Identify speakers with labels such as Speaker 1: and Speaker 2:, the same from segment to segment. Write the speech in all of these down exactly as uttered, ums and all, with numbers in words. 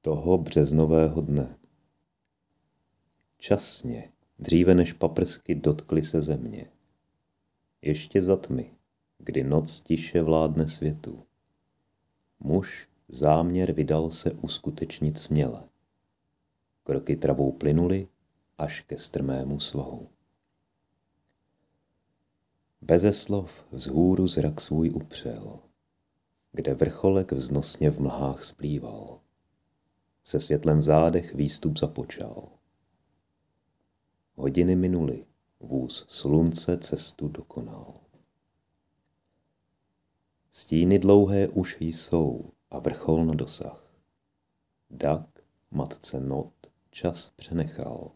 Speaker 1: Toho březnového dne. Časně, dříve než paprsky dotkly se země. Ještě za tmy, kdy noc tiše vládne světu. Muž záměr vydal se uskutečnit směle. Kroky travou plynuly až ke strmému svahu. Beze slov vzhůru zrak svůj upřel, kde vrcholek vznosně v mlhách splýval. Se světlem v zádech výstup započal. Hodiny minuly, vůz slunce cestu dokonal. Stíny dlouhé už jsou a vrchol na dosah. Dak matce not čas přenechal.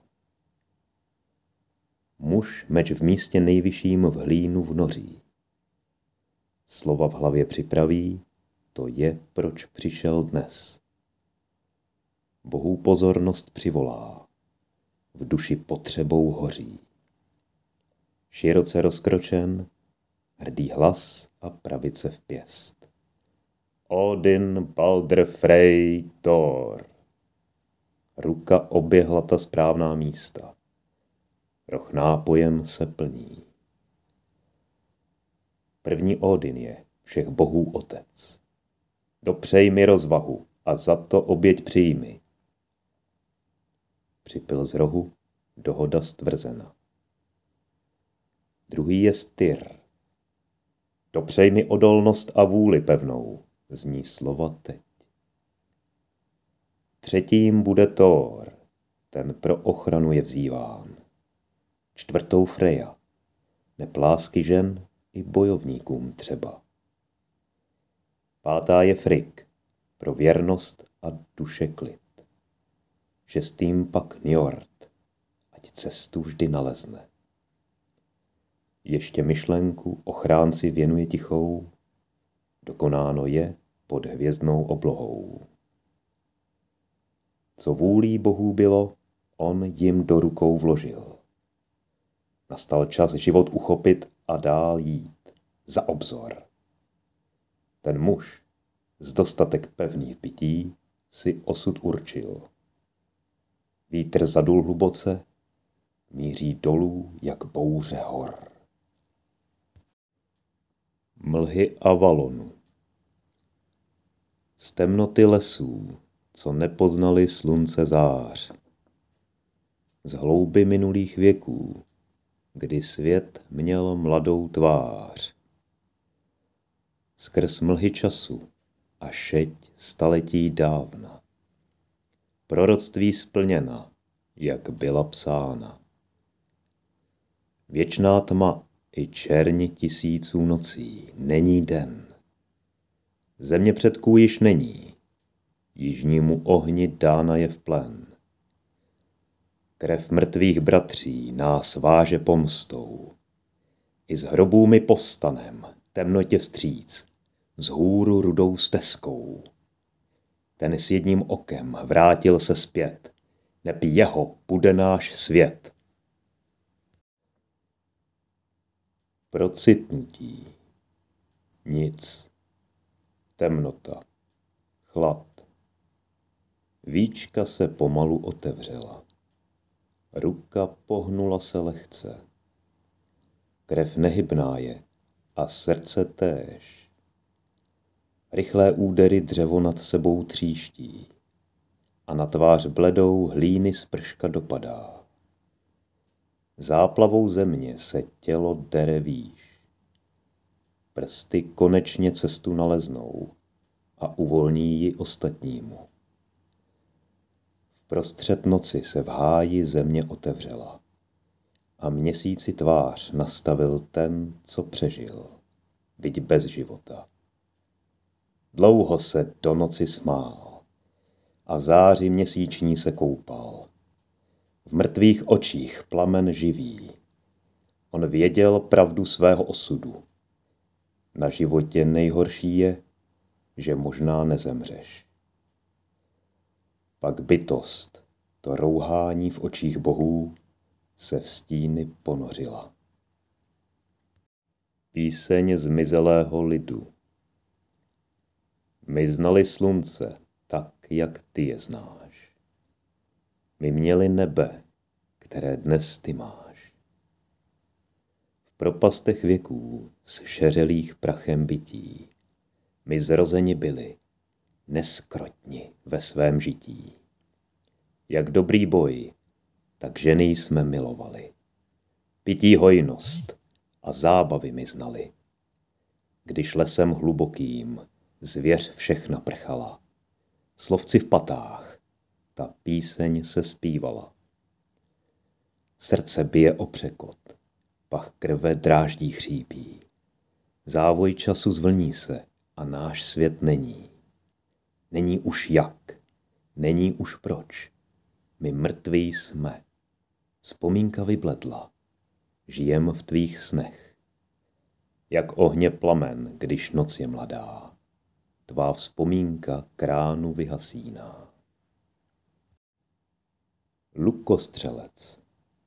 Speaker 1: Muž meč v místě nejvyšším v hlínu vnoří. Slova v hlavě připraví, to je, proč přišel dnes. Bohů pozornost přivolá, v duši potřebou hoří. Široce rozkročen, hrdý hlas a pravice v pěst. Odin, Baldr, Frey, Thor. Ruka oběhla ta správná místa. Roh nápojem se plní. První Odin je všech bohů otec. Dopřej mi rozvahu a za to oběť přijmi. Připil z rohu, dohoda stvrzena. Druhý je Styr. Dopřej mi odolnost a vůli pevnou, zní slova teď. Třetím bude Thor, ten pro ochranu je vzýván. Čtvrtou Freja, neplásky žen i bojovníkům třeba. Pátá je Frigg, pro věrnost a duše klid. Šestým pak Njord, ať cestu vždy nalezne. Ještě myšlenku ochránci věnuje tichou, dokonáno je pod hvězdnou oblohou. Co vůlí bohů bylo, on jim do rukou vložil. Nastal čas život uchopit a dál jít, za obzor. Ten muž, z dostatek pevný v bytí, si osud určil. Vítr zadul hluboce, míří dolů, jak bouře hor. Mlhy Avalonu. Z temnoty lesů, co nepoznali slunce zář. Z hlouby minulých věků, kdy svět měl mladou tvář. Skrz mlhy času a šeť staletí dávna. Proroctví splněna, jak byla psána. Věčná tma i čerň tisíců nocí, není den. Země předků již není, jižnímu ohni dána je v plen. Krev mrtvých bratří nás váže pomstou. I z hrobů my povstanem, temnotě vstříc, vzhůru rudou stezkou. Ten s jedním okem vrátil se zpět, neb jeho bude náš svět. Procitnutí. Nic. Temnota. Chlad. Víčka se pomalu otevřela. Ruka pohnula se lehce. Krev nehybná je a srdce též. Rychlé údery dřevo nad sebou tříští a na tvář bledou hlíny sprška dopadá. Záplavou země se tělo dere výš. Prsty konečně cestu naleznou a uvolní ji ostatnímu. Prostřed noci se v háji země otevřela a měsíci tvář nastavil ten, co přežil, byť bez života. Dlouho se do noci smál a v záři měsíční se koupal. V mrtvých očích plamen živý. On věděl pravdu svého osudu. Na životě nejhorší je, že možná nezemřeš. Pak bytost, to rouhání v očích bohů, se v stíny ponořila. Píseň zmizelého lidu. My znali slunce, tak, jak ty je znáš. My měli nebe, které dnes ty máš. V propastech věků, zšeřelých prachem bytí, my zrozeni byli, neskrotni ve svém žití. Jak dobrý boj, tak ženy jsme milovali. Pití hojnost a zábavy my znali. Když lesem hlubokým zvěř všechna prchala, slovci v patách, ta píseň se zpívala. Srdce bije o překot, pach krve dráždí chřípí. Závoj času zvlní se a náš svět není. Není už jak, není už proč, my mrtví jsme. Vzpomínka vybledla, žijem v tvých snech. Jak ohně plamen, když noc je mladá, tvá vzpomínka kránu vyhasíná. Lukostřelec.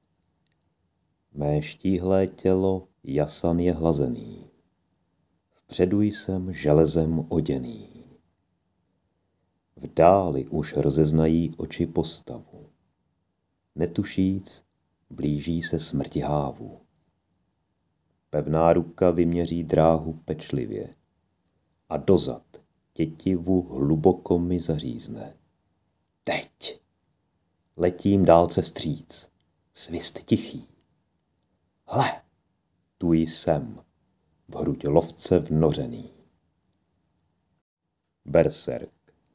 Speaker 1: Mé štíhlé tělo jasan je hlazený, vpředu jsem železem oděný. V dáli už rozeznají oči postavu, netušíc, blíží se smrti hávu. Pevná ruka vyměří dráhu pečlivě a dozad tětivu hluboko mi zařízne. Teď! Letím dálce stříc, svist tichý. Hle, tu jsem, v hruď lovce vnořený. Berserk.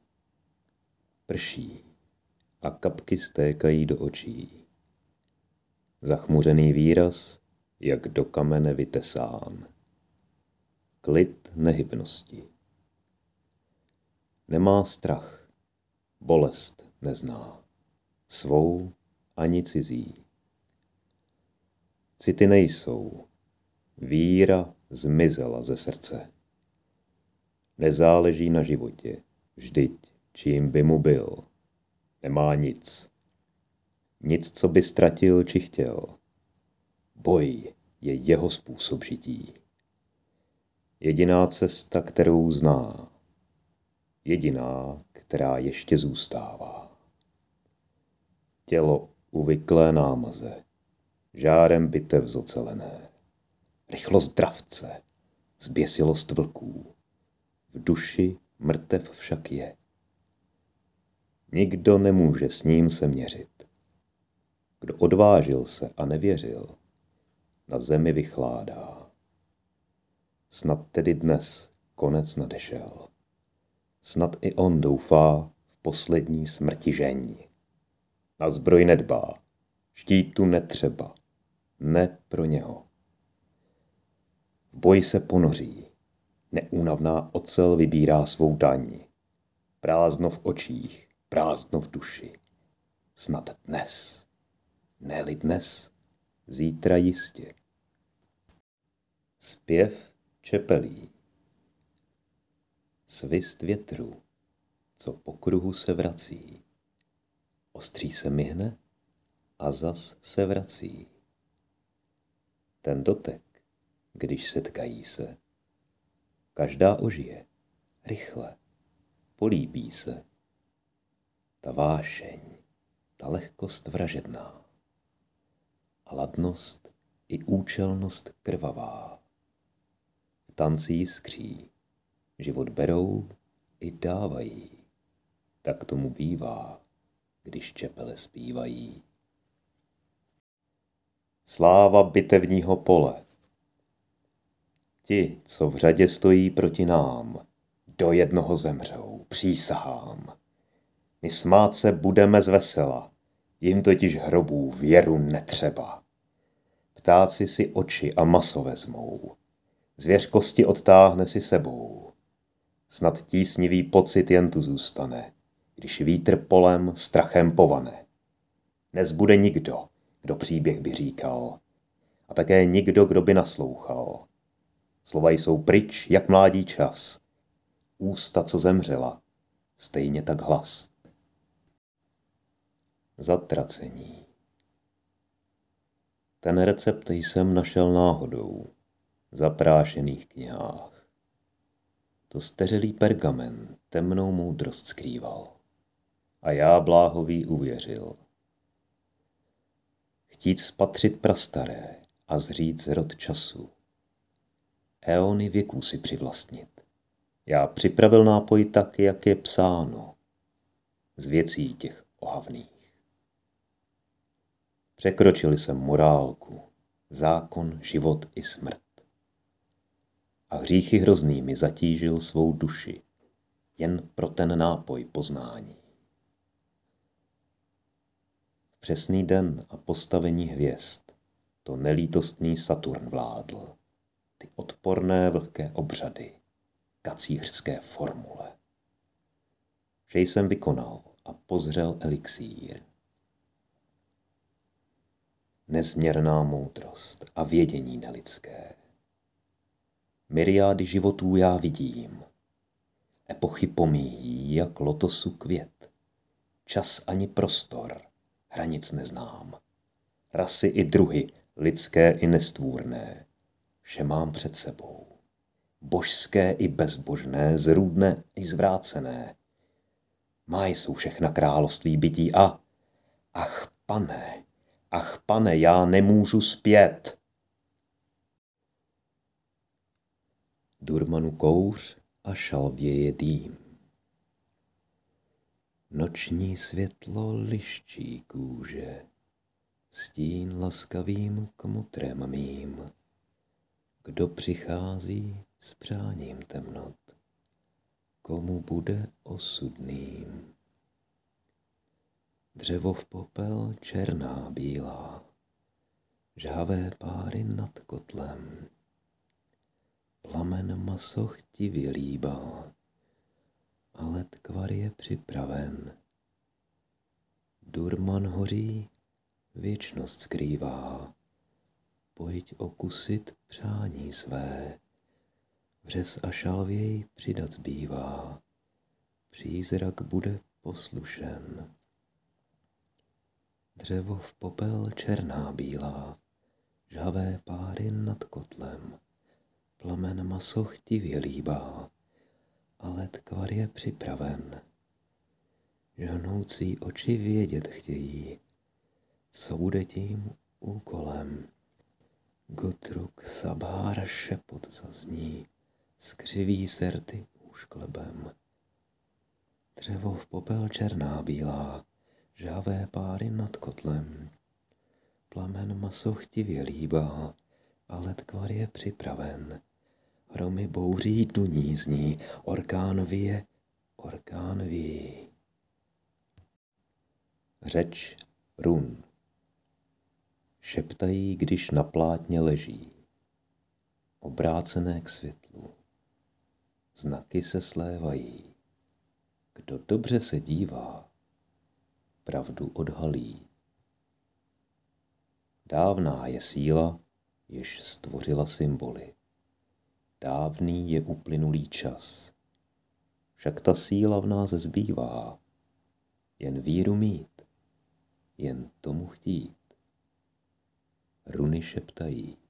Speaker 1: Prší a kapky stékají do očí. Zachmuřený výraz, jak do kamene vytesán. Klid nehybnosti. Nemá strach, bolest nezná, svou ani cizí. City nejsou, víra zmizela ze srdce. Nezáleží na životě, vždyť čím by mu byl. Nemá nic. Nic, co by ztratil či chtěl. Boj je jeho způsob žití. Jediná cesta, kterou zná. Jediná, která ještě zůstává. Tělo uvyklé námaze, žárem bitev zocelené. Rychlost dravce, zběsilost vlků. V duši mrtev však je. Nikdo nemůže s ním se měřit. Kdo odvážil se a nevěřil, na zemi vychládá. Snad tedy dnes konec nadešel. Snad i on doufá v poslední smrti žení. Na zbroj nedbá, štítu netřeba, ne pro něho. V boji se ponoří, neúnavná ocel vybírá svou daň. Prázdno v očích, prázdno v duši. Snad dnes, ne-li dnes, zítra jistě. Zpěv čepelí. Svist větru, co po kruhu se vrací. Ostří se myhne a zas se vrací. Ten dotek, když setkají se, každá ožije, rychle, políbí se. Ta vášeň, ta lehkost vražedná, a ladnost i účelnost krvavá. V tanci jiskří, život berou i dávají. Tak tomu bývá, když čepele zpívají. Sláva bitevního pole. Ti, co v řadě stojí proti nám, do jednoho zemřou, přísahám. My smát se budeme zvesela, jim totiž hrobů věru netřeba. Ptáci si oči a maso vezmou, zvěř kosti odtáhne si sebou. Snad tísnivý pocit jen tu zůstane, když vítr polem strachem povane. Nezbude nikdo, kdo příběh by říkal, a také nikdo, kdo by naslouchal. Slova jsou pryč, jak mládí čas. Ústa, co zemřela, stejně tak hlas. Zatracení. Ten recept jsem našel náhodou v zaprášených knihách. To steřelý pergamen temnou moudrost skrýval. A já bláhový uvěřil. Chtít spatřit prastaré a zřít zrod času. Éony věků si přivlastnit. Já připravil nápoj tak, jak je psáno. Z věcí těch ohavných. Překročili jsem morálku, zákon, život i smrt. A hříchy hroznými zatížil svou duši, jen pro ten nápoj poznání. Přesný den a postavení hvězd to nelítostný Saturn vládl, ty odporné vlhké obřady, kacířské formule. Vše jsem vykonal a pozřel elixír. Nezměrná moudrost a vědění nelidské. Myriády životů já vidím. Epochy pomíjí, jak lotosu květ. Čas ani prostor, hranic neznám. Rasy i druhy, lidské i nestvůrné, vše mám před sebou. Božské i bezbožné, zrůdné i zvrácené. Má jsou všechna království bytí a... Ach, pane, ach, pane, já nemůžu zpět. Durmanu kouř a šalvěje dým. Noční světlo liščí kůže, stín laskavým kmotrem mým. Kdo přichází s přáním temnot, komu bude osudným. Dřevo v popel černá bílá, žhavé páry nad kotlem. Plamen maso chtivě líbá, ale tkvar je připraven. Durman hoří, věčnost skrývá, pojď okusit přání své. Vřez a šalvěj přidat zbývá, přízrak bude poslušen. Dřevo v popel černá bílá, žhavé páry nad kotlem. Plamen maso chtivě líbá, ale tkvar je připraven. Žhnoucí oči vědět chtějí, co bude tím úkolem. Gutruk Sabhára šepot zazní, skřiví se rty úšklebem. Dřevo v popel černá bílá, žhavé páry nad kotlem. Plamen maso chtivě líbá, ale tkvar je připraven. Hromy bouří, duní zní, orkán vije, orkán ví. Řeč run. Šeptají, když na plátně leží, obrácené k světlu. Znaky se slévají. Kdo dobře se dívá, pravdu odhalí. Dávná je síla, jež stvořila symboly. Dávný je uplynulý čas. Však ta síla v nás zbývá. Jen víru mít, jen tomu chtít. Runy šeptají.